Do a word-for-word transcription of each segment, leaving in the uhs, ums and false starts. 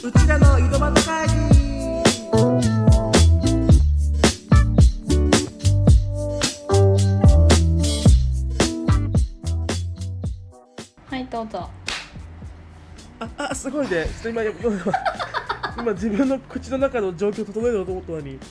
うちらの井戸端会議。 はいどうぞ。 ああすごいね。ちょっと今今今自分の口の中の状況を整えようと思ったのに、うん、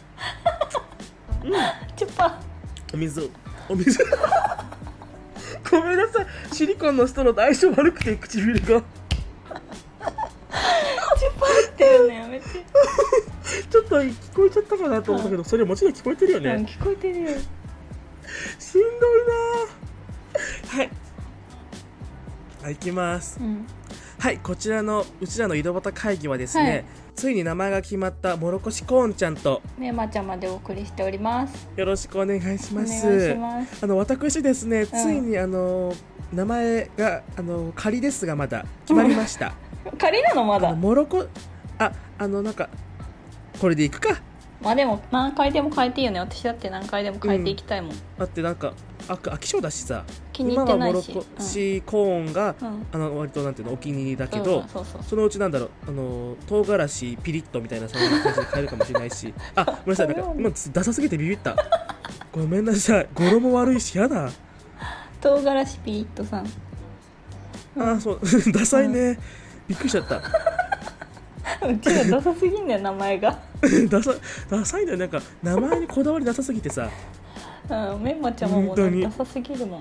チュッパお水お水ごめんなさい、シリコンのストローと相性悪くて唇がチュッパっていうのやめてちょっと聞こえちゃったかなと思ったけど、それもちろん聞こえてるよね、 うん、聞こえてるよ。 しんどいな。はいはい、行きます、うん、はい、こちらのうちらの井戸端会議はですね、はい、ついに名前が決まったもろこしコーンちゃんとねまちゃんまでお送りしております。 よろしくお願いします。 お願いします。 あの私ですね、ついにあの名前があの仮ですがまだ決まりました、 うん、仮なのまだもろこああのなんかこれでいくか。 まあでも何回でも変えていいよね。私だって何回でも変えていきたいもん、うん、 だってなんかあ飽き性だしさ、 気に入ってないし、 今はもろこしコーンが、うん、あの割となんていうのお気に入りだけど、うん、そうそうそう、そのうちなんだろう、あの唐辛子ピリッとみたいなそういう感じで変えるかもしれないしあごめんなさい、なんか今ダサすぎてビビったごめんなさい、語呂も悪いしやだ。 唐辛子ピリッとさん、 うん、あそうダサいね、うん、びっくりしちゃったうちらダサすぎんだよ名前がダサダサいんだよ、なんか名前にこだわりなさすぎてさうん、メンマちゃんももうダサすぎるもん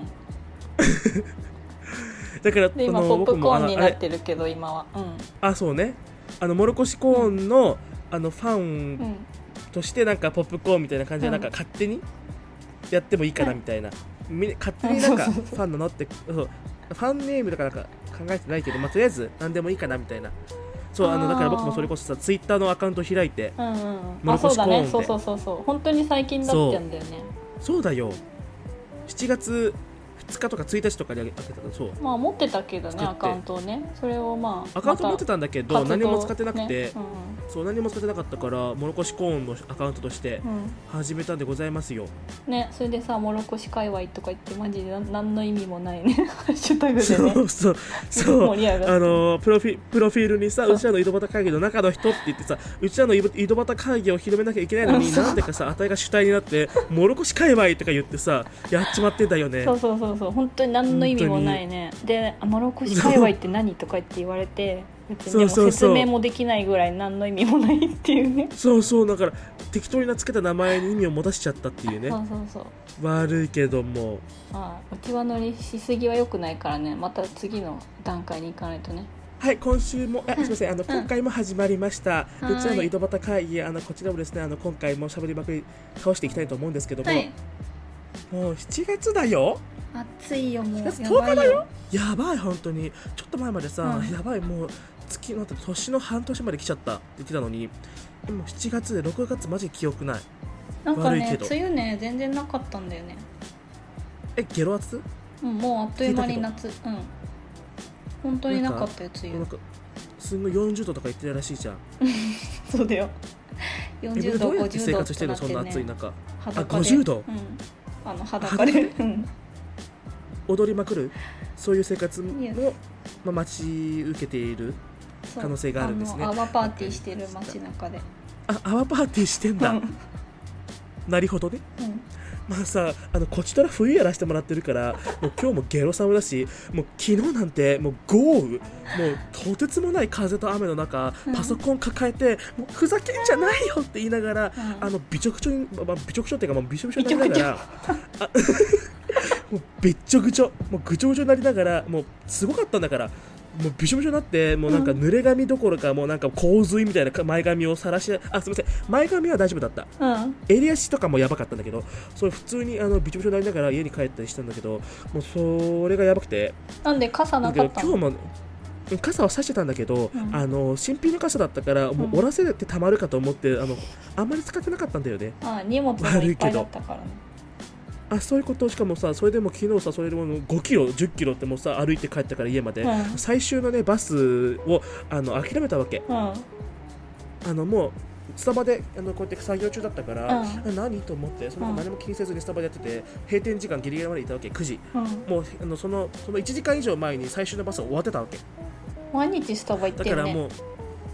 だからで今ポップコーンになってるけど今は、うん、 あそうね、あのもろこしコーンの、うん、あのファンとしてなんかポップコーンみたいな感じでなんか勝手にやってもいいかなみたいな、うん、勝手になんかファンの乗ってそうファンネームとかなんか考えてないけど、まあ、とりあえず何でもいいかなみたいな。そうあのだから僕もそれこそさツイッターのアカウント開いて、 うんうん、あそうだね、そうそうそうそう本当に最近だったんだよね。 そう、そうだよ、しちがつふつかとかついたちとかにあげたから、そうまあ持ってたけどねアカウントをね、それをまあアカウント持ってたんだけど何も使ってなくて、 ねうんうん、 そう何も使ってなかったからもろこしコーンのアカウントとして始めたんでございますよ、 うん、ねそれでさもろこし界隈とか言ってマジで何の意味もないねハッシュタグでねそうそうそう盛り上がってあのプロフィプロフィールにさうちらの井戸端会議の中の人って言ってさうちらの井戸端会議を広めなきゃいけないのになんでかさあたいが主体になってもろこし界隈とか言ってさやっちまってんだよね。 そうそうそうそう本当に何の意味もないね。でもろこし界隈って何とか言って言われて別にでも説明もできないぐらい何の意味もないっていうね。 そうそうだから適当につけた名前に意味を持たせちゃったっていうね。 そうそうそう悪いけどもああ内輪乗りしすぎは良くないからね、また次の段階に行かないとね。 はい今週もあすみませんあの、うん、今回も始まりましたうちらの井戸端会議、あのこちらもですねあの今回もしゃべりまくり倒していきたいと思うんですけども、はい、もうしちがつだよ。 暑いよもうしちがつとおかだよ。やばい本当にちょっと前までさ、うん、やばいもう月の年の半年まで来ちゃったって言ってたのにもうしちがつでろくがつマジ記憶ない。 なんかね梅雨ね全然なかったんだよね。 えゲロ暑？ うんもうあっという間に夏うん本当になかったよ梅雨。なんかすごいよんじゅうどとか言ってるらしいじゃんそうだよよんじゅうどごじゅうど生活してるのそんな暑い中。 あごじゅうど、 うん、あの裸で踊りまくるそういう生活も、まあ、待ち受けている可能性があるんですね。 泡パーティーしてる街中であ泡パーティーしてんだ、うん、なるほどね、うんまあさあのこちとら冬やらせてもらってるからもう今日もゲロ寒だしもう昨日なんてもう豪雨もうとてつもない風と雨の中、うん、パソコン抱えてもうふざけんじゃないよって言いながら、うん、あのびちょくちょに、まあ、びちょくちょっていうかもうびしょびしょになりながらあもうびっちょぐちょもうぐちょぐちょになりながらもうすごかったんだからもうびしょびしょになってもうなんか濡れ髪どころかもうなんか洪水みたいな前髪をさらしあすみません前髪は大丈夫だった、うん、襟足とかもやばかったんだけどそれ普通にあのびちょびちょになりながら家に帰ったりしたんだけどもうそれがやばくてなんで傘なかったの？ 今日も傘は差してたんだけど、うん、あの新品の傘だったからもう折らせてたまるかと思って、うん、あのあんまり使ってなかったんだよね。 あ荷物がいっぱいだったからね。 あそういうこと。しかもさそれでも昨日さそれでもごキロじゅっキロってもうさ歩いて帰ったから家まで、うん、最終のねバスをあの諦めたわけ、うん、あのもうスタバであのこうやって作業中だったから、うん、何と思ってその何も気にせずにスタバでやってて閉店時間ギリギリまでいたわけくじ、うん、もうあのそのそのいちじかん以上前に最終のバス終わってたわけ。 毎日スタバ行ってるね。 だからもう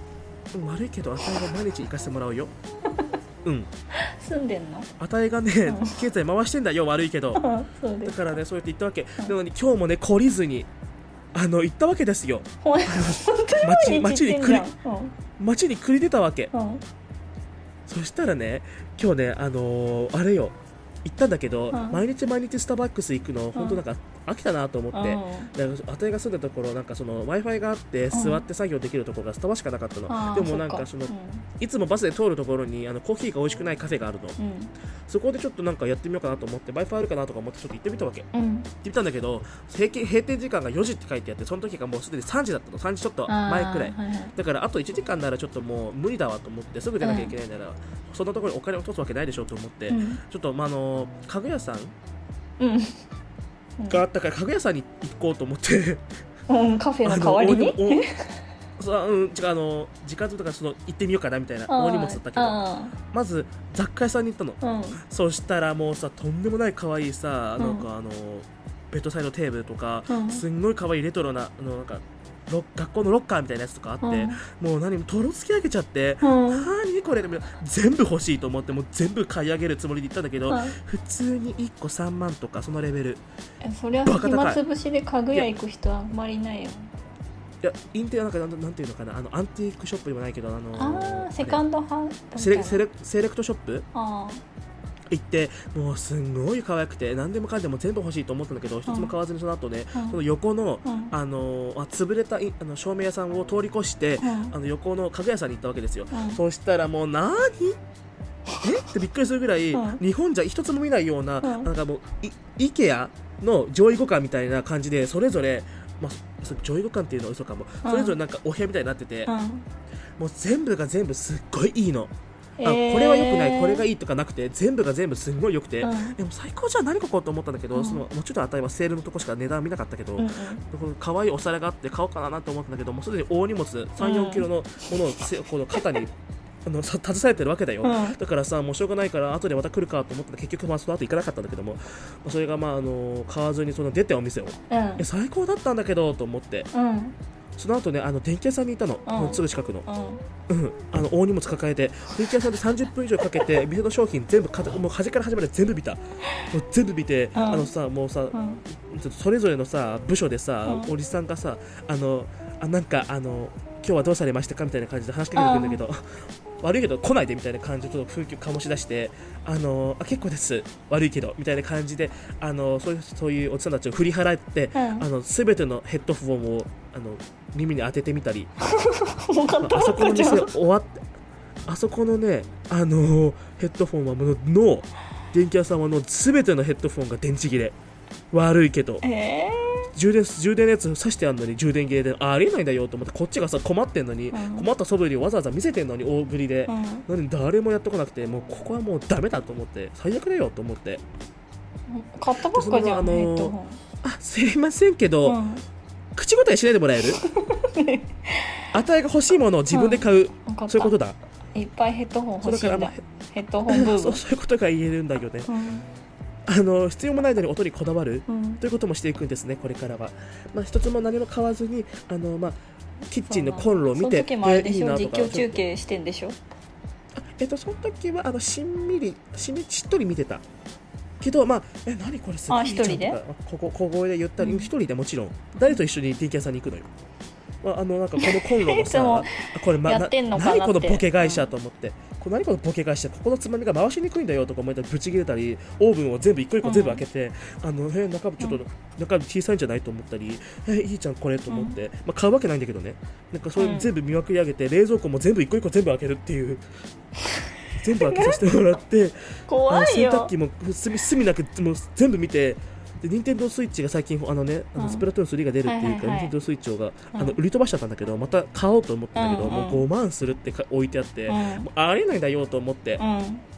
悪いけどあたいが毎日行かせてもらうようん住んでんのあたいがね、うん、経済回してんだよ悪いけどそうですだからねそうやって言ったわけ、うん、なのに今日もね懲りずにあの行ったわけですよ街, 街に繰り、うん、街に繰り出たわけ、うん、そしたらね今日ねあのー、あれよ行ったんだけど、うん、毎日毎日スターバックス行くの本当なんか飽きたなと思って、うん、あたいが住んだところなんかその Wi-Fi があって座って作業できるところがスタバしかなかったの、うん、でもなんかその、うん、いつもバスで通るところにあのコーヒーが美味しくないカフェがあるの、うん、そこでちょっとなんかやってみようかなと思って Wi-Fi あるかなとか思ってちょっと行ってみたわけ、うん、行ってみたんだけど平均閉店時間がよじって書いてあってその時がもうすでにさんじだったのさんじちょっと前くらい、はいはい、だからあといちじかんならちょっともう無理だわと思ってすぐ出なきゃいけないなら、うん、そんなところにお金を落とすわけないでしょと思って、うん、ちょっとまあの家具屋さん、うんがあったから家具屋さんに行こうと思って、 うん、カフェの代わりにそう、うん、違うあの時間とかその行ってみようかなみたいな大荷物だったけどまず雑貨屋さんに行ったの、うん、そしたらもうさとんでもない可愛いさ、うん、なんかあのベッドサイドテーブルとか、うん、すんごい可愛いレトロなあのなんか学校のロッカーみたいなやつとかあって、うん、もう何もとろつき上げちゃって、うん、何これでも全部欲しいと思ってもう全部買い上げるつもりで行ったんだけど、うん、普通にいっこさんまんとかそのレベルえそりゃ暇つぶしで家具屋行く人はあんまりないよいやインテリアなんかなんていうのかなあのアンティークショップでもないけどあのあセカンドハンセレセレセレクトショップあ行ってもうすんごい可愛くて何でもかんでも全部欲しいと思ったんだけど、うん、一つも買わずにその後ね、うん、その横の、うん、あのあ潰れたあの照明屋さんを通り越して、うん、あの横の家具屋さんに行ったわけですよ、うん、そしたらもう何えってびっくりするぐらい、うん、日本じゃ一つも見ないような、うん、なんかもうイケアの上位互換みたいな感じでそれぞれ、まあ、上位互換っていうのは嘘かも、うん、それぞれなんかお部屋みたいになってて、うん、もう全部が全部すっごいいいのあこれは良くないこれがいいとかなくて全部が全部すんごい良くて、うん、でも最高じゃん何ここと思ったんだけど、うん、そのもちろんあたりはセールのとこしか値段見なかったけど、うんうん、可愛いお皿があって買おうかなと思ったんだけどもうすでに大荷物 さん,よん キロのものをこの肩にあの携えてるわけだよ、うん、だからさもうしょうがないから後でまた来るかと思ったら結局まあその後行かなかったんだけどもそれがまああの買わずにその出てお店を、うん、え最高だったんだけどと思って、うんその後ねあの電気屋さんにいたの、うん、すぐ近くの、うんうん、あの大荷物抱えて電気屋さんでさんじゅっぷん以上かけて店の商品全部かもう端から端まで全部見たもう全部見て、うん、あのさもうさ、うん、それぞれのさ部署でさ、うん、おじさんがさあのあなんかあの今日はどうされましたかみたいな感じで話しかけてくるんだけど、悪いけど来ないでみたいな感じでちょっと雰囲気を醸し出してあのあ結構です悪いけどみたいな感じであのそういうそういうおじさんたちを振り払って、うん、あの全てのヘッドフォンをあの耳に当ててみたりあそこの店終わってあそこのねあのヘッドフォンはもうの電気屋さんはの全てのヘッドフォンが電池切れ悪いけど、えー、充電充電のやつ挿してあるのに充電切れで あ, ありえないんだよと思ってこっちがさ困ってんのに、うん、困った素振りをわざわざ見せてんのに大振りで、うん、なのに誰もやってこなくてもうここはもうダメだと思って最悪だよと思って買ったばっかじゃん、あのー、ヘッドフォンあすいませんけど、うん、口答えしないでもらえるあたいが欲しいものを自分で買う、うん、そういうことだいっぱいヘッドホン欲しいんだ、まあ、ヘッドホンブームそう、そういうことが言えるんだよね、うんあの必要もないのに音にこだわる、うん、ということもしていくんですねこれからは、まあ、一つも何も買わずにあの、まあ、キッチンのコンロを見てその時もあれでしょ、えー、いい実況中継してんでしょあ、えっと、その時はあのしんみり し, みしっとり見てたけど、まあ、え何これすごいいいじゃんとかここ小声で言ったり、うん、一人でもちろん誰と一緒に電気屋さんに行くのよまあ、あのなんかこのコンロもさこれ、ま、 やってんのかなって何このボケ会社と思って、うん、これ何このボケ会社ここのつまみが回しにくいんだよとか思ったらぶち切れたりオーブンを全部一個一個全部開けて、うん、あのえ中身ちょっと、うん、中身小さいんじゃないと思ったりえいいじゃんこれと思って、うんまあ、買うわけないんだけどねなんかそれ全部見分け上げて、うん、冷蔵庫も全部一個一個全部開けるっていう全部開けさせてもらって怖いよ洗濯機も隅隅なくもう全部見てで任天堂スイッチが最近あの、ね、あのスプラトゥーンスリーが出るっていうか、はいはいはい、任天堂スイッチをがあの売り飛ばしちゃったんだけどまた買おうと思ったんだけど、うんうん、もうごまんするってか置いてあって、うん、もうありえないんだよと思って、うん、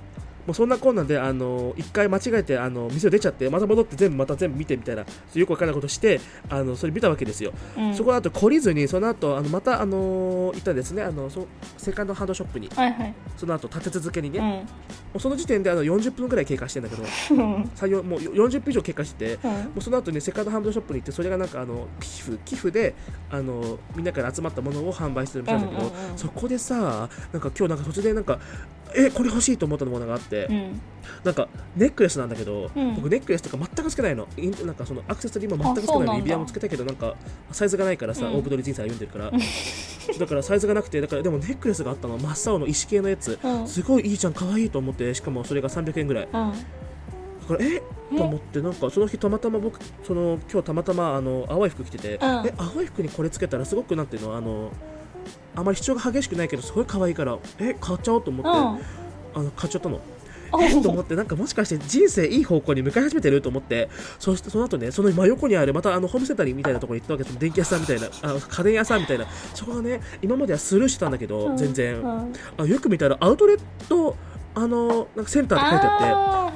もうそんなこんなんであの一回間違えてあの店を出ちゃってまた戻って全部また全部見てみたいなよくわからないことしてあのそれ見たわけですよ、うん、そこの後懲りずにその後あのまたあの行ったんですねあのそセカンドハンドショップに、はいはい、その後立て続けにね、うん、もうその時点であのよんじゅっぷんぐらい経過してるんだけどもうよんじゅっぷん以上経過してて、うん、もうその後ねセカンドハンドショップに行ってそれがなんかあの寄付寄付であのみんなから集まったものを販売してるみたいなんだけど、うんうんうん、そこでさなんか今日なんか突然なんかえこれ欲しいと思ったものがあって、うん、なんかネックレスなんだけど、うん、僕ネックレスとか全くつけないのなんかそのアクセサリーも全くつけないの指輪もつけたけどなんかサイズがないからさ、うん、大太り人生歩んでるからだからサイズがなくてだからでもネックレスがあったの真っ青の石系のやつ、うん、すごいいいじゃん可愛いと思ってしかもそれがさんびゃくえんぐらい、うん、だからえと思ってなんかその日たまたま僕その今日たまたまあの淡い服着てて、うん、え淡い服にこれつけたらすごくなんていうのあのあまり主張が激しくないけどすごい可愛いからえ買っちゃおうと思って、うん、あの買っちゃったのえと思ってなんかもしかして人生いい方向に向かい始めてると思ってそしてその後ねその真横にあるまたあのホームセンターみたいなところに行ったわけです電気屋さんみたいなあ家電屋さんみたいなそこがね今まではスルーしてたんだけど、うん、全然、うん、あよく見たらアウトレットあのなんかセンターって書いてあって、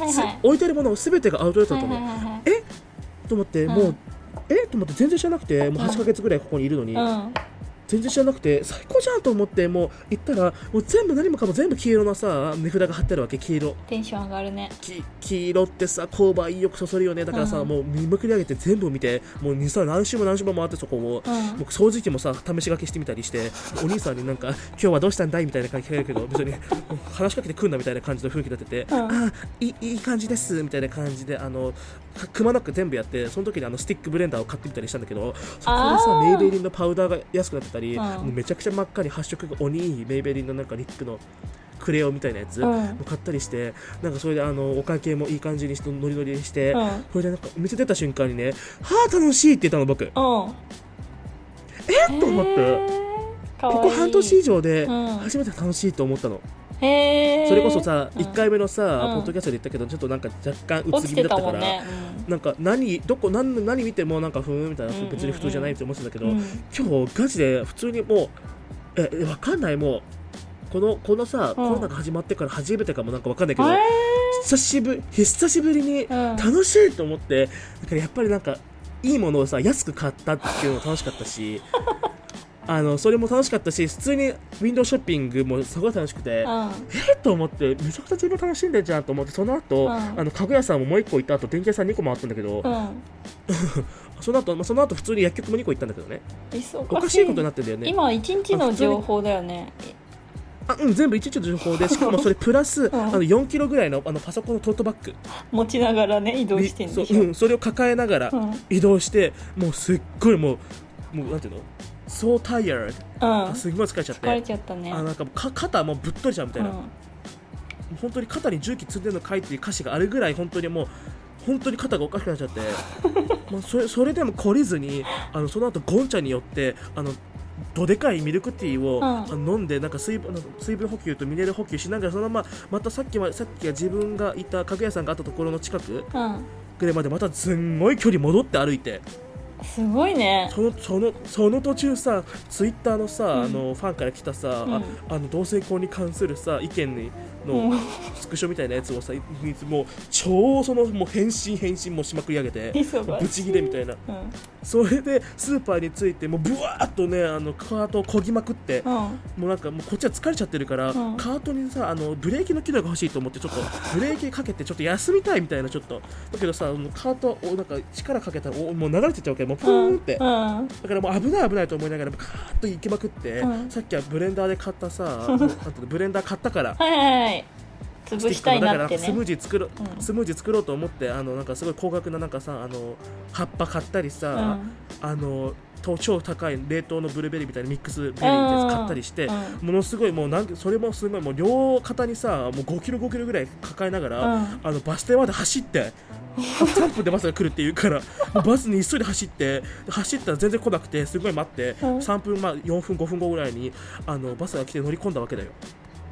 はいはい、置いてるもの全てがアウトレットだと思う、はいはいはいはい、えと思って、うん、もうえと思って全然知らなくてもうはちかげつぐらいここにいるのに、うん全然知らなくて最高じゃんと思ってもう行ったらもう全部何もかも全部黄色のさ値札が貼ってあるわけ黄色テンション上がるねき黄色ってさ購買意欲そそるよねだからさ、うん、もう見まくり上げて全部見てもうにさ何周も何周も回ってそこを、うん、もう掃除機もさ試し書きしてみたりしてお兄さんになんか今日はどうしたんだいみたいな感じで聞かれるけど別に話しかけてくんなみたいな感じの雰囲気になってて、うん、あいいいい感じですみたいな感じであのくまなく全部やってその時にあのスティックブレンダーを買ってみたりしたんだけどそこでさメイベリンのパウダーが安くなってたり、うん、もうめちゃくちゃ真っ赤に発色が鬼メイベリンのなんかリップのクレヨンみたいなやつを買ったりして、うん、なんかそれであのお会計もいい感じにしてノリノリにして、うん、それでなんかお店出た瞬間にねはぁ楽しいって言ったの僕、うん、えっと思ってここ半年以上で初めて楽しいと思ったの、へそれこそさ、うん、いっかいめのさ、うん、ポッドキャストで言ったけどちょっとなんか若干うつ気味だったから、ねうん、なんか何どこ 何, 何見てもなんかふーんみたいな、うんうんうん、別に普通じゃないって思ってたんだけど、うん、今日ガチで普通にもうえわかんないもうこのこのさ、うん、コロナが始まってから初めてかもなんかわかんないけど久しぶり久しぶりに楽しいと思って、うん、だからやっぱりなんかいいものをさ安く買ったっていうのも楽しかったしあのそれも楽しかったし普通にウィンドウショッピングもすごい楽しくて、うん、えっと思ってめちゃくちゃ自分楽しんでんじゃんと思ってその後、うん、あの家具屋さんももういっこ行った後電気屋さんにこ回ったんだけど、うん、その後その後普通に薬局もにこ行ったんだけどねおかしいことになってんだよね今いちにちの情報だよねあうん、全部いちにちの情報でしかもそれプラス、うん、あのよんキロぐらい の, あのパソコンのトートバッグ持ちながらね移動してんでしょそ, うん、それを抱えながら移動して、うん、もうすっごいもうもうなんていうのSo tired、うん、すごい疲れちゃって疲れちゃったねあなんかか肩もうぶっとりちゃうみたいな、うん、本当に肩に重機積んでるのかいっていう歌詞があるぐらい本当にもう本当に肩がおかしくなっちゃってまあそれそれでも懲りずにあのその後ゴンちゃんによってあのどでかいミルクティーを、うん、飲んでなんか 水, 分水分補給とミネラル補給しながらそのまままたさっきまさっきが自分がいた家具屋さんがあったところの近くぐらいまでまたすんごい距離戻って歩いてすごいねそのそのその途中さツイッターのさ、うん、あのファンから来たさ、うん、ああの同性婚に関するさ意見にのスクショみたいなやつをさもう超そのもう返信返信もしまくり上げてブチギレみたいな、うん、それでスーパーに着いてもうブワーッとねあのカートをこぎまくって、うん、もうなんかもうこっちは疲れちゃってるから、うん、カートにさあのブレーキの機能が欲しいと思ってちょっとブレーキかけてちょっと休みたいみたいなちょっとだけどさカートをなんか力かけたらもう流れてっちゃうわけもうプーンって、うんうん、だからもう危ない危ないと思いながらカーッと行きまくって、うん、さっきはブレンダーで買ったさなんてブレンダー買ったからはいはいはい潰したいなってねスムージー作ろう、うん、スムージー作ろうと思ってあのなんかすごい高額ななんかさあの葉っぱ買ったりさ、うん、あの超高い冷凍のブルーベリーみたいなミックスベリーみたいなやつ買ったりして、うん、ものすごいもうなんそれもすごいもう両肩にさもうごキロごキロぐらい抱えながら、うん、あのバス停まで走ってさんぷんでバスが来るっていうからもうバスに急いで走って走ったら全然来なくてすごい待って、うん、さんぷん、まあ、よんぷんごふんごぐらいにあのバスが来て乗り込んだわけだよ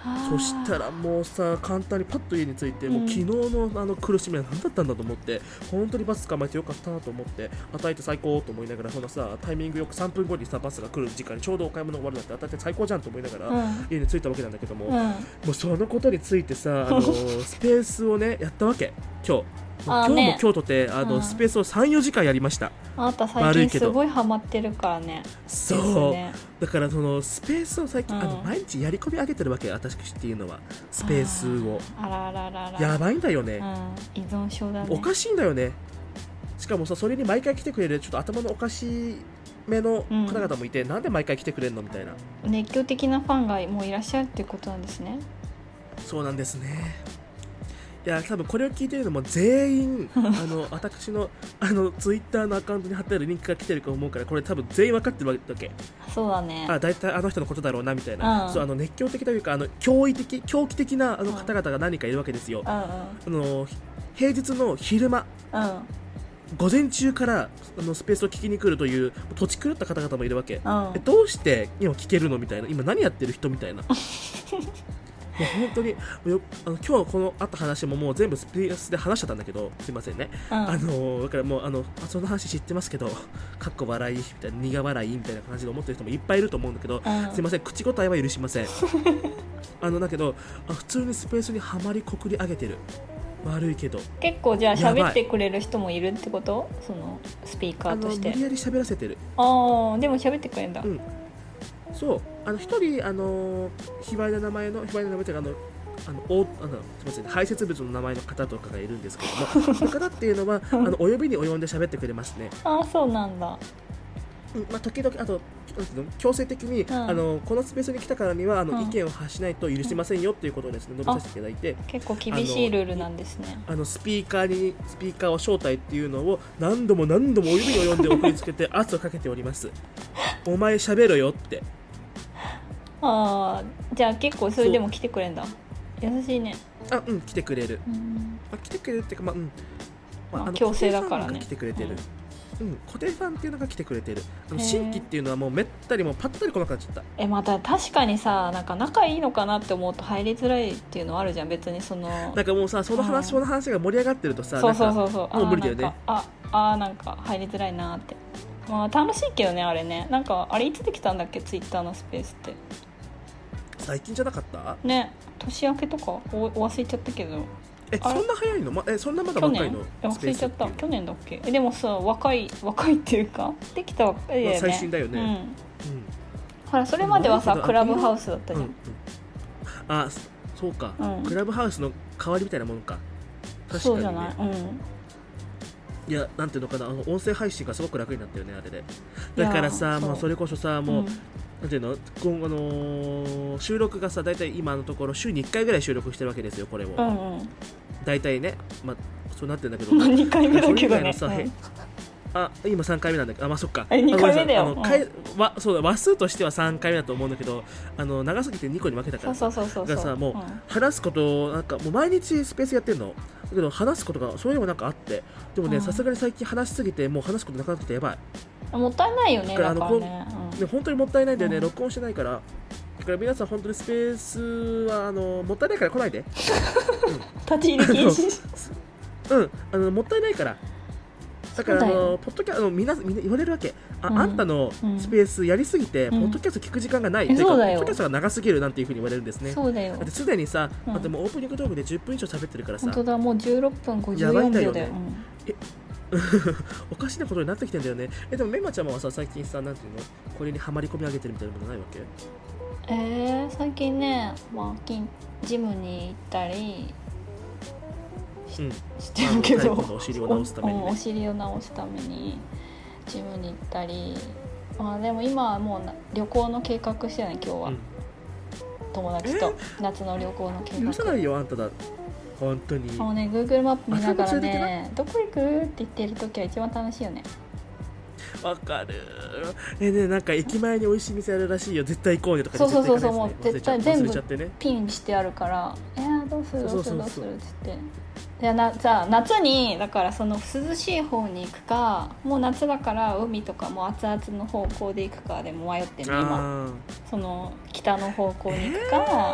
そしたらもうさ簡単にパッと家に着いて、うん、もう昨日のあの苦しみは何だったんだと思って、本当にバス捕まえてよかったなと思って、与えて最高と思いながら、そのさタイミングよくさんぷんごにさバスが来る時間にちょうどお買い物終わるなんて与えて最高じゃんと思いながら、うん、家に着いたわけなんだけども、うん、もうそのことについてさあのスペースをねやったわけ今日。今日も今日とてあの、うん、スペースを さん,よ 時間やりました。 あなた最近すごいハマってるからね。 そう、ね、だからそのスペースを最近、うん、あの毎日やり込み上げてるわけ、私っていうのはスペースを。 あららららやばいんだよね、 うん、依存症だね。 おかしいんだよね。しかもさそれに毎回来てくれるちょっと頭のおかしい目の方々もいて、うん、なんで毎回来てくれるのみたいな熱狂的なファンがもういらっしゃるっていうことなんですね。 そうなんですね。いや多分これを聞いてるのも全員あの私のあのツイッターのアカウントに貼ってあるリンクが来てると思うから、これ多分全員分かってるわけ。そうだね。あ、大体あの人のことだろうなみたいな、うん、そうあの熱狂的というかあの驚異的狂気的なあの方々が何人かいるわけですよ、うんうん、あの平日の昼間、うん、午前中からあのスペースを聞きに来るという土地狂った方々もいるわけ、うん、えどうして今聞けるのみたいな、今何やってる人みたいなもう本当によあの今日このあった話ももう全部スペースで話しちゃったんだけど、すいませんね、うん、あのだからもうあのその話知ってますけどかっこ笑いみたいな苦笑いみたいな感じで思ってる人もいっぱいいると思うんだけど、うん、すいません口答えは許しませんあのだけどあ普通にスペースにはまりこくり上げてる。悪いけど結構じゃあ喋ってくれる人もいるってこと？そのスピーカーとして。 あの無理やり喋らせてる。 ああでも喋ってくれるんだ。 うんそうあの一人あの卑猥な名前の卑猥な名前というかあのあのおあのすみません排泄物の名前の方とかがいるんですけどもその方っていうのはあのお呼びに及んで喋ってくれますね。 ああそうなんだ。 うんまあ、時々あと強制的に、うん、あのこのスペースに来たからにはあの、うん、意見を発しないと許しませんよっていうことをですね述べさせていただいて、 結構厳しいルールなんですね。 あのあのスピーカーにスピーカーを招待っていうのを何度も何度もお呼びに及んで送りつけて圧をかけておりますお前喋ろよってあじゃあ結構それでも来てくれるんだ。優しいね。 あうん来てくれる、うんあ、来てくれるっていうかまあうん、 まあ、あの強制だからね来てくれてる、うんうん、固定ファンっていうのが来てくれてる。あの新規っていうのはもうめったりもパッタリ来なくなっちゃった。 えまた確かにさなんか仲いいのかなって思うと入りづらいっていうのはあるじゃん。別にそのなんかもうさその話、うん、その話が盛り上がってるとさそうそうそうそうもう無理だよね。 ああなんか入りづらいなって。まあ楽しいけどねあれね。なんかあれいつできたんだっけツイッターのスペースって。 最近じゃなかったね。年明けとかお忘れちゃったけど。 えそんな早いの、ま、えそんなまだ若いの忘れちゃった。去年だっけ。えでもさ若い若いっていうかできたばっかりだよね、 まあ、最新だよね、うんうん、 ほらそれまではさクラブハウスだったじゃん、うんうん、 あそうか、うん、クラブハウスの代わりみたいなもんか。確かにね。 そうじゃない、うん、 いやなんていうのかなあの音声配信がすごく楽になったよねあれで。だからさもうそれこそさもう、うんなんていうの今後の収録がさだいたい今のところ週にいっかいぐらい収録してるわけですよこれを、うんうん、だいたいね、まあ、そうなってるんだけどにかいめだけどね、 さ、うん、あ今さんかいめなんだけどあまあそっかにかいめだよ。 あのかい、うんわそうだ話数としてはさんかいめだと思うんだけどあの長すぎてにこに分けたからそうそうそうそうがさもう、うん、話すことなんかもう毎日スペースやってるのだけど話すことがそういうのもなんかあってでもねさすがに最近話しすぎてもう話すことなくなってきてやばい。 もったいないよね。だからね、 うん、本当にもったいないんだよね、うん、録音してないから。だから皆さん本当にスペースはあのもったいないから来ないで、うん、 立ち入り禁止うんあのもったいないからだからあのポッドキャストみんなみんな言われるわけ あ,、うん、あんたのスペースやりすぎて、うん、ポッドキャスト聞く時間がない、うん、というかポッドキャストが長すぎるなんていうふうに言われるんですね。 そうだよ。だってすでにさ、うん、だってもうオープニングトークでじゅっぷん以上喋ってるからさ。 本当だもうじゅうろっぷんごじゅうよんびょうだよ。 えおかしなことになってきてんだよね。えでもメンマちゃんはさ最近さなんていうのこれにはまり込み上げてるみたいなものないわけ？ えー、最近ね、まあ、ジムに行ったり し,、うん、してるけどお尻を直すために、ね、 お, お尻を直すためにジムに行ったり、まあ、でも今はもう旅行の計画してるね今日は、うん、友達と夏の旅行の計画。 許さないよあんただ本当に。 もうね Google マップ見ながらねどこ行くって言ってる時は一番楽しいよね。 わかる。えねなんか駅前に美味しい店あるらしいよ絶対行こうねとかそうそうそうそうもう絶対全部ピンしてあるからえー、どうするどうするどうするって言ってでなじゃあ夏にだからその涼しい方に行くかもう夏だから海とかも熱々の方向で行くかでも迷ってる今その北の方向に行くか、えー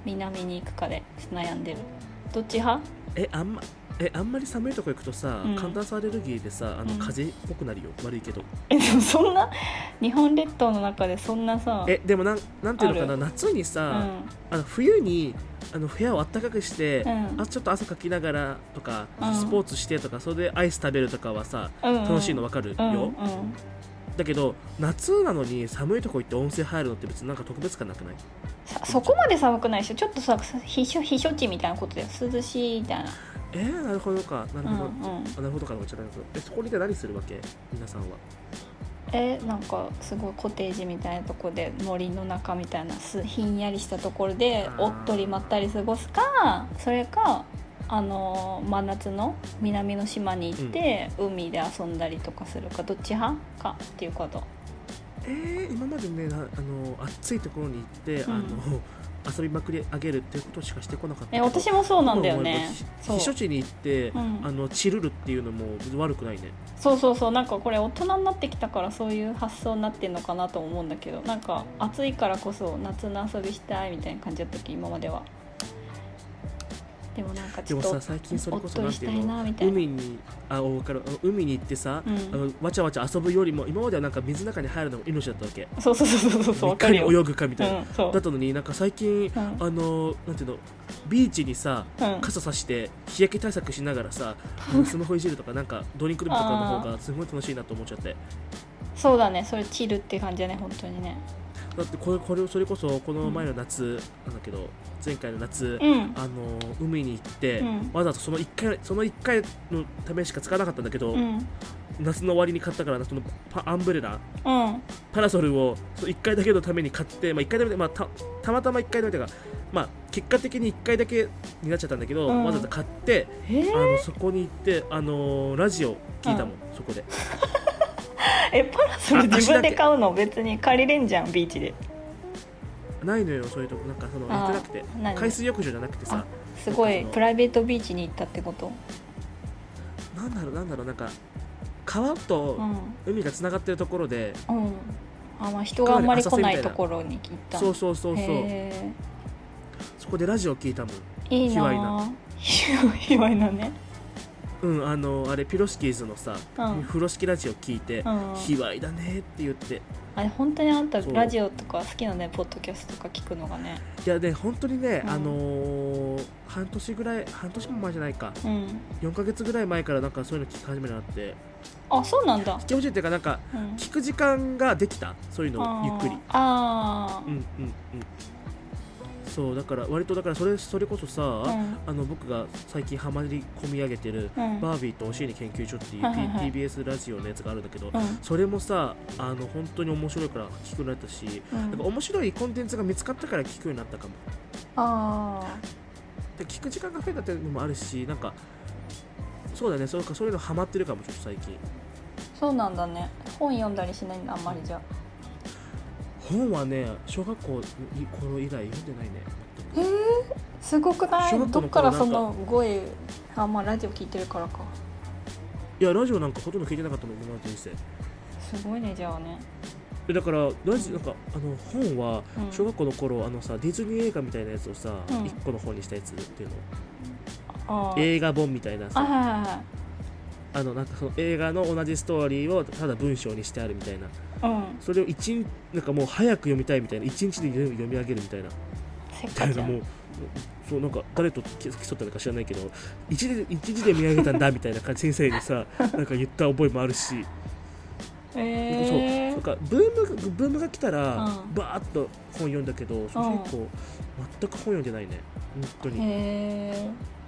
南に行くかで悩んでる。どっち派？ えあんまえあんまり寒いとこ行くとさ、うん、寒暖差アレルギーでさあの、うん、風邪っぽくなるよ。悪いけど。 えでもそんな日本列島の中でそんなさえでもなんなんていうのかな、夏にさ、うん、あの冬にあの部屋をあったかくして、うん、あちょっと汗かきながらとか、うん、スポーツしてとかそれでアイス食べるとかはさ、うんうん、楽しいの分かるよ、うんうん、だけど夏なのに寒いとこ行って温泉入るのって別になんか特別感なくない？ そ, そこまで寒くないしちょっとさ避暑避暑地みたいなことで涼しいみたいな。 えー、なるほどかなるほど、うんうん、なるほどかなちゃないけどえそこにで何するわけ皆さんは？ えなんかすごいコテージみたいなとこで森の中みたいなひんやりしたところでおっとりまったり過ごすか、それかあの真夏の南の島に行って、うん、海で遊んだりとかするかどっち派かっていうこと。 えー、今までねあの暑いところに行って、うん、あの遊びまくり上げるっていうことしかしてこなかった。 え私もそうなんだよね。 避暑地に行って、うん、あのチルるっていうのも悪くないね。 そうそうそうなんかこれ大人になってきたからそういう発想になってんのかなと思うんだけどなんか暑いからこそ夏の遊びしたいみたいな感じだったっけ今までは。でもなんかちょっとでもさ最近それこそなんていうの海にあ分かる海に行ってさ、うん、あのわちゃわちゃ遊ぶよりも今まではなんか水の中に入るのが命だったわけ。 そうそうそうそうそういかに泳ぐかみたいな、うん、だったのになんか最近、うん、あのなんていうのビーチにさ、うん、傘さして日焼け対策しながらさスマホいじるとかなんかドリンクルームとかの方がすごい楽しいなと思っちゃって。 そうだねそれチルって感じだね本当にね。 だってこれこれそれこそこの前の夏なんだけど前回の夏、うん、あの海に行って、うん、わざわざそのいっかいそのいっかいのためしか使わなかったんだけど、うん、夏の終わりに買ったからそのパアンブレラ、うん、パラソルをそのいっかいだけのために買って、まあ、いっかいだけ、まあ、た, たまたまいっかいだけが、まあ、結果的にいっかいだけになっちゃったんだけど、うん、わざわざ買ってあのそこに行ってあのラジオ聞いたもん、うん、そこでえパラソル自分で買うの別に借りれんじゃんビーチで。 ないのよそういうとこなんかその行ってなくて海水浴場じゃなくてさすごいプライベートビーチに行ったってこと？ なんだろうなんだろうなんか川と海がつながってるところで、 うんうんあまあ、人があんまり来ないところに行った。 そうそうそうそうそこでラジオ聞いたもん。 いいな卑猥なねうんあのあれピロシキーズのさ、うん、風呂敷ラジオ聞いて、うん、卑猥だねって言ってあれ本当にあんたラジオとか好きなねポッドキャストとか聞くのがね。 いやね本当にね、うん、あのー、半年ぐらい半年も前じゃないか、うん、よんかげつぐらい前からなんかそういうの聞き始めるようになって。 あそうなんだ。 聞き始めっていうかなんか、うん、聞く時間ができたそういうのをゆっくり。 ああうんうんうんそうだから割とだからそれそれこそさ、うん、あの僕が最近ハマり込み上げてる、うん、バービーとお尻研究所っていう、はいはいはい、ティービーエス ラジオのやつがあるんだけど、うん、それもさあの本当に面白いから聞くようになったし、うん、なんか面白いコンテンツが見つかったから聞くようになったかも。 あで聞く時間が増えたっていうのもあるしなんかそうだねそうかそういうのハマってるかもちょっと最近。 そうなんだね。本読んだりしないんだあんまりじゃ。 本はね小学校頃以来読んでないね。 えー、すごくない？どっからその語彙あまあラジオ聞いてるからか。 いやラジオなんかほとんど聞いてなかったの今の人生。すごいねじゃあね。 だからラジ、うん、なんかあの本は小学校の頃、うん、あのさディズニー映画みたいなやつをさ一、うん、個の本にしたやつっていうのあ映画本みたいなさ あ,、はいはいはい、あのなんかその映画の同じストーリーをただ文章にしてあるみたいな。うん、それを一日なんかもう早く読みたいみたいな一日で読み上げるみたいなせっかちゃんもうそうなんか誰と競ったのか知らないけど一日で一日で読み上げたんだみたいな感じ先生にさなんか言った覚えもあるし、 えー、 そうなんかブームブームが来たら、うん、バーッと本読んだけどそれ以降、うん、全く本読んでないね本当に。 へ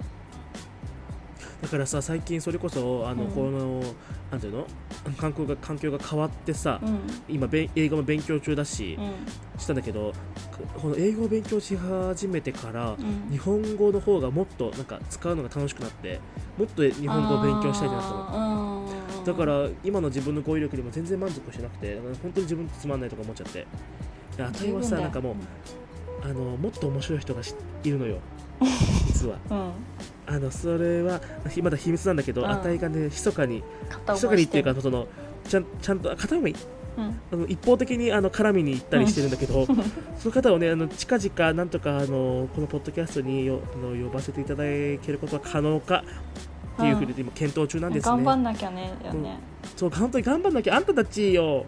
だからさ最近それこそあの、うん、このなんていうの環境が環境が変わってさ、うん、今英語も勉強中だし、うん、したんだけどこの英語を勉強し始めてから、うん、日本語の方がもっとなんか使うのが楽しくなってもっと日本語を勉強したいなと思って。だから今の自分の語彙力にも全然満足してなくて本当に自分つまんないとか思っちゃってあたいはさなんかもう、うん、あのもっと面白い人がいるのよ実は、うんあのそれはまだ秘密なんだけど、うん、あたいがね密かに密かにっていうかそのちゃんちゃんと片思いうん、 あの一方的にあの絡みに行ったりしてるんだけど、うん、その方をねあの近々なんとかあのこのポッドキャストによあの呼ばせていただけることは可能かっていうふうに今検討中なんですね、 うん、頑張んなきゃねよね、 うん、そう本当に頑張んなきゃあんたたちよ、 うん、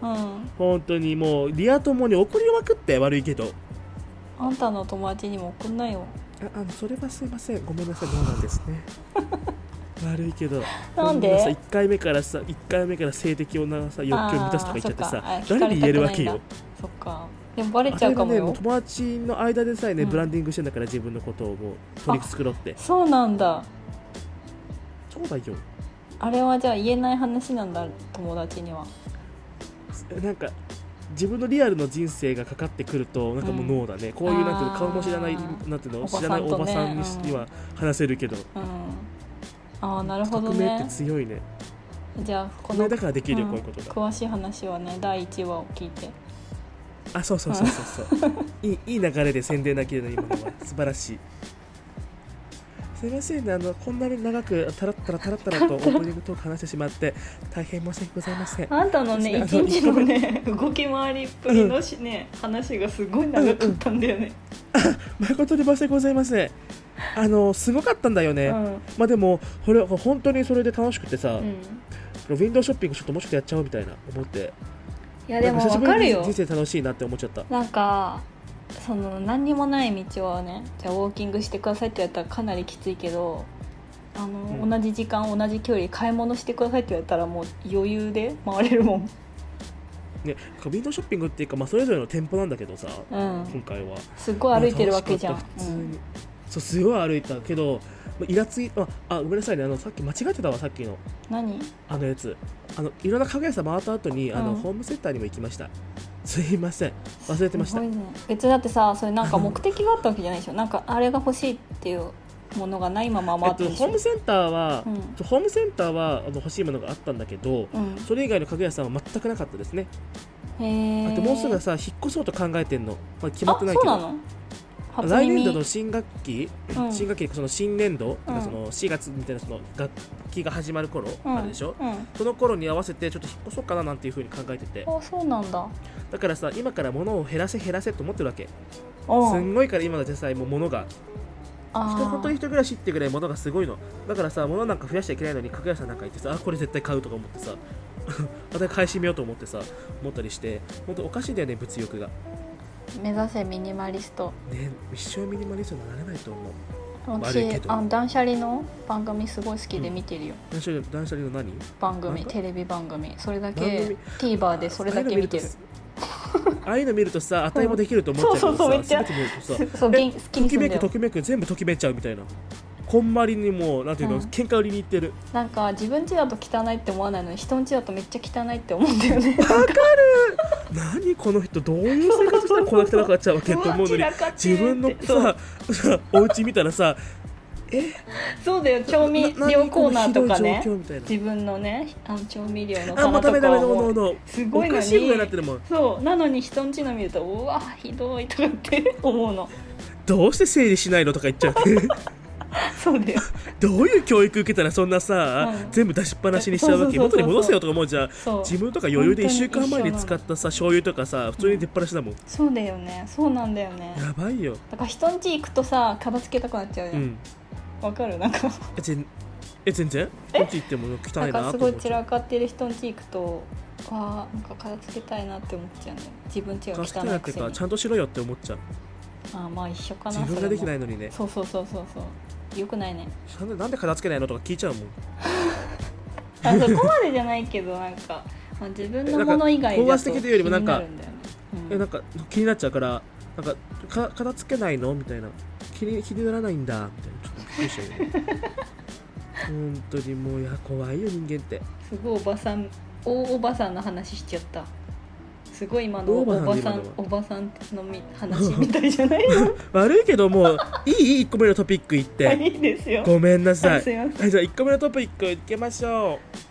本当にもうリア友に送りまくって悪いけどあんたの友達にも送んないよ。 ああのそれはすいませんごめんなさいどうなんですね悪いけどなんでさいっかいめからさいっかいめから性的なさ欲求を満たすとか言っちゃってさ誰に言えるわけよ。 そっかでもバレちゃうかもよ。 あれはねもう友達の間でさえね、うん、ブランディングしてんだから自分のことをもう取り繕ってそうなんだそうだよ。 あれはじゃあ言えない話なんだ友達には。 なんか自分のリアルの人生がかかってくるとなんかもうノーだね、うん、こういうなんていうの顔も知らないなんていうの知らないおばさんには話せるけど、うん、 ああなるほどね。 匿名って強いね。 じゃあこのだからできるよ、うん、こういうことが。 詳しい話はねだいいちわを聞いて。 あそうそうそうそうそういい、いい流れで宣伝だけど今のは素晴らしい。すいませんねあのこんなに長くタラッタラタラッタラとオープニングトーク話してしまって大変申し訳ございません。 あんたのね一日のね動き回りっぷりのし、ね、うん、話がすごい長かったんだよね、 うんうん、誠に申し訳ございません。あのすごかったんだよね、うん、まあでもこれ本当にそれで楽しくてさ、うん、ウィンドウショッピングちょっともうちょっとやっちゃおうみたいな思って。 いやでも分かるよ人生楽しいなって思っちゃった。 なんかその何にもない道をねじゃあウォーキングしてくださいって言われたらかなりきついけどあの、うん、同じ時間同じ距離買い物してくださいって言われたらもう余裕で回れるもんね、ウィンドウショッピングっていうか、まあ、それぞれの店舗なんだけどさ、うん、今回はすごい歩いてるわけじゃん、 普通に、うん、そうすごい歩いたけどイラついああごめんなさいねあのさっき間違えてたわさっきの何あのやつあのいろんな家具屋さん回った後に、うん、あのホームセンターにも行きました。すいません忘れてました。 すごいね、別にだってさそれなんか目的があったわけじゃないでしょなんかあれが欲しいっていうものがないまま回ってるでしょ、 えっと、ホームセンターは、うん、ホームセンターはあの欲しいものがあったんだけど、うん、それ以外の家具屋さんは全くなかったですね。 へー。 あともうすぐさ引っ越そうと考えてんの、まあ、決まってないけど。 あそうなの。 来年度の新学期、うん、新学期その新年度、 うん、 そのしがつみたいなその学期が始まる頃、うん、あるでしょ、 うん、 その頃に合わせてちょっと引っ越そうかななんていう風に考えてて。 あそうなんだ。 だからさ今から物を減らせ減らせと思ってるわけ。すんごいから今の実際もう物が人本当に一人暮らしってぐらい物がすごいのだからさ物なんか増やしちゃいけないのに家具屋さんなんか行ってさあこれ絶対買うとか思ってさまた買い占めようと思ってさ思ったりして本当おかしいんだよね物欲が。 目指せミニマリストね一生ミニマリストになれないと思う。 私あ断捨離の番組すごい好きで見てるよ、 うん、断捨離断捨離の何番組テレビ番組それだけ TVer でそれだけ見てる。 ああいうの見るとさ値もできると思っちゃうけどさ、 そうそうそうめっちゃ全て見るとさそう好きにすんだよ。 ときめくときめく全部ときめっちゃうみたいな。こんまりにもなんていうの、うん、喧嘩売りに行ってる。 なんか自分家だと汚いって思わないのに人ん家だとめっちゃ汚いって思うんだよね。 わかる何この人どういう生活したらこんな汚くなっちゃうわけって思うのに自分のささお家見たらさえそうだよ調味料コーナーとかね自分のねあの調味料の棚とかはすごいのにおかしいぐらいになってるもん。そうなのに人ん家の見るとうわひどいとかって思うの。 どうして整理しないのとか言っちゃうそうだよどういう教育受けたらそんなさ、うん、全部出しっぱなしにしちゃうわけ。元に戻せよとか思うじゃん。自分とか余裕でいっしゅうかんまえに使ったさ醤油とかさ普通に出っぱなしだもん、うん、 そうだよねそうなんだよね。 やばいよ。 だから人ん家行くとさ片付けたくなっちゃうじゃん、うんわかるなんかえ全然こっち行っても汚いなと思っちゃう。なんかすごい散らかってる人ん家行くとわーなんか片付けたいなって思っちゃうね。自分家が汚いくせにちゃんとしろよって思っちゃう。 あまあ一緒かな。 自分ができないのにね。 そうそうそうそうそうよくないね。 なんでなんで片付けないのとか聞いちゃうもんあそこまでじゃないけどなんか、まあ、自分のもの以外だと気になるんだよね。 うん、なんか気になっちゃうからなんかか片付けないのみたいな気に気にならないんだみたいなちょっとびっくりしちゃうよね本当にもういや怖いよ人間って。 すごいおばさん大おばさんの話しちゃった。すごい今のおばさんおばさんの話みたいじゃないの悪いけどもういいいっこめのトピックいっていいですよごめんなさい。 すいません。 はい、じゃあいっこめのトピックいきましょう。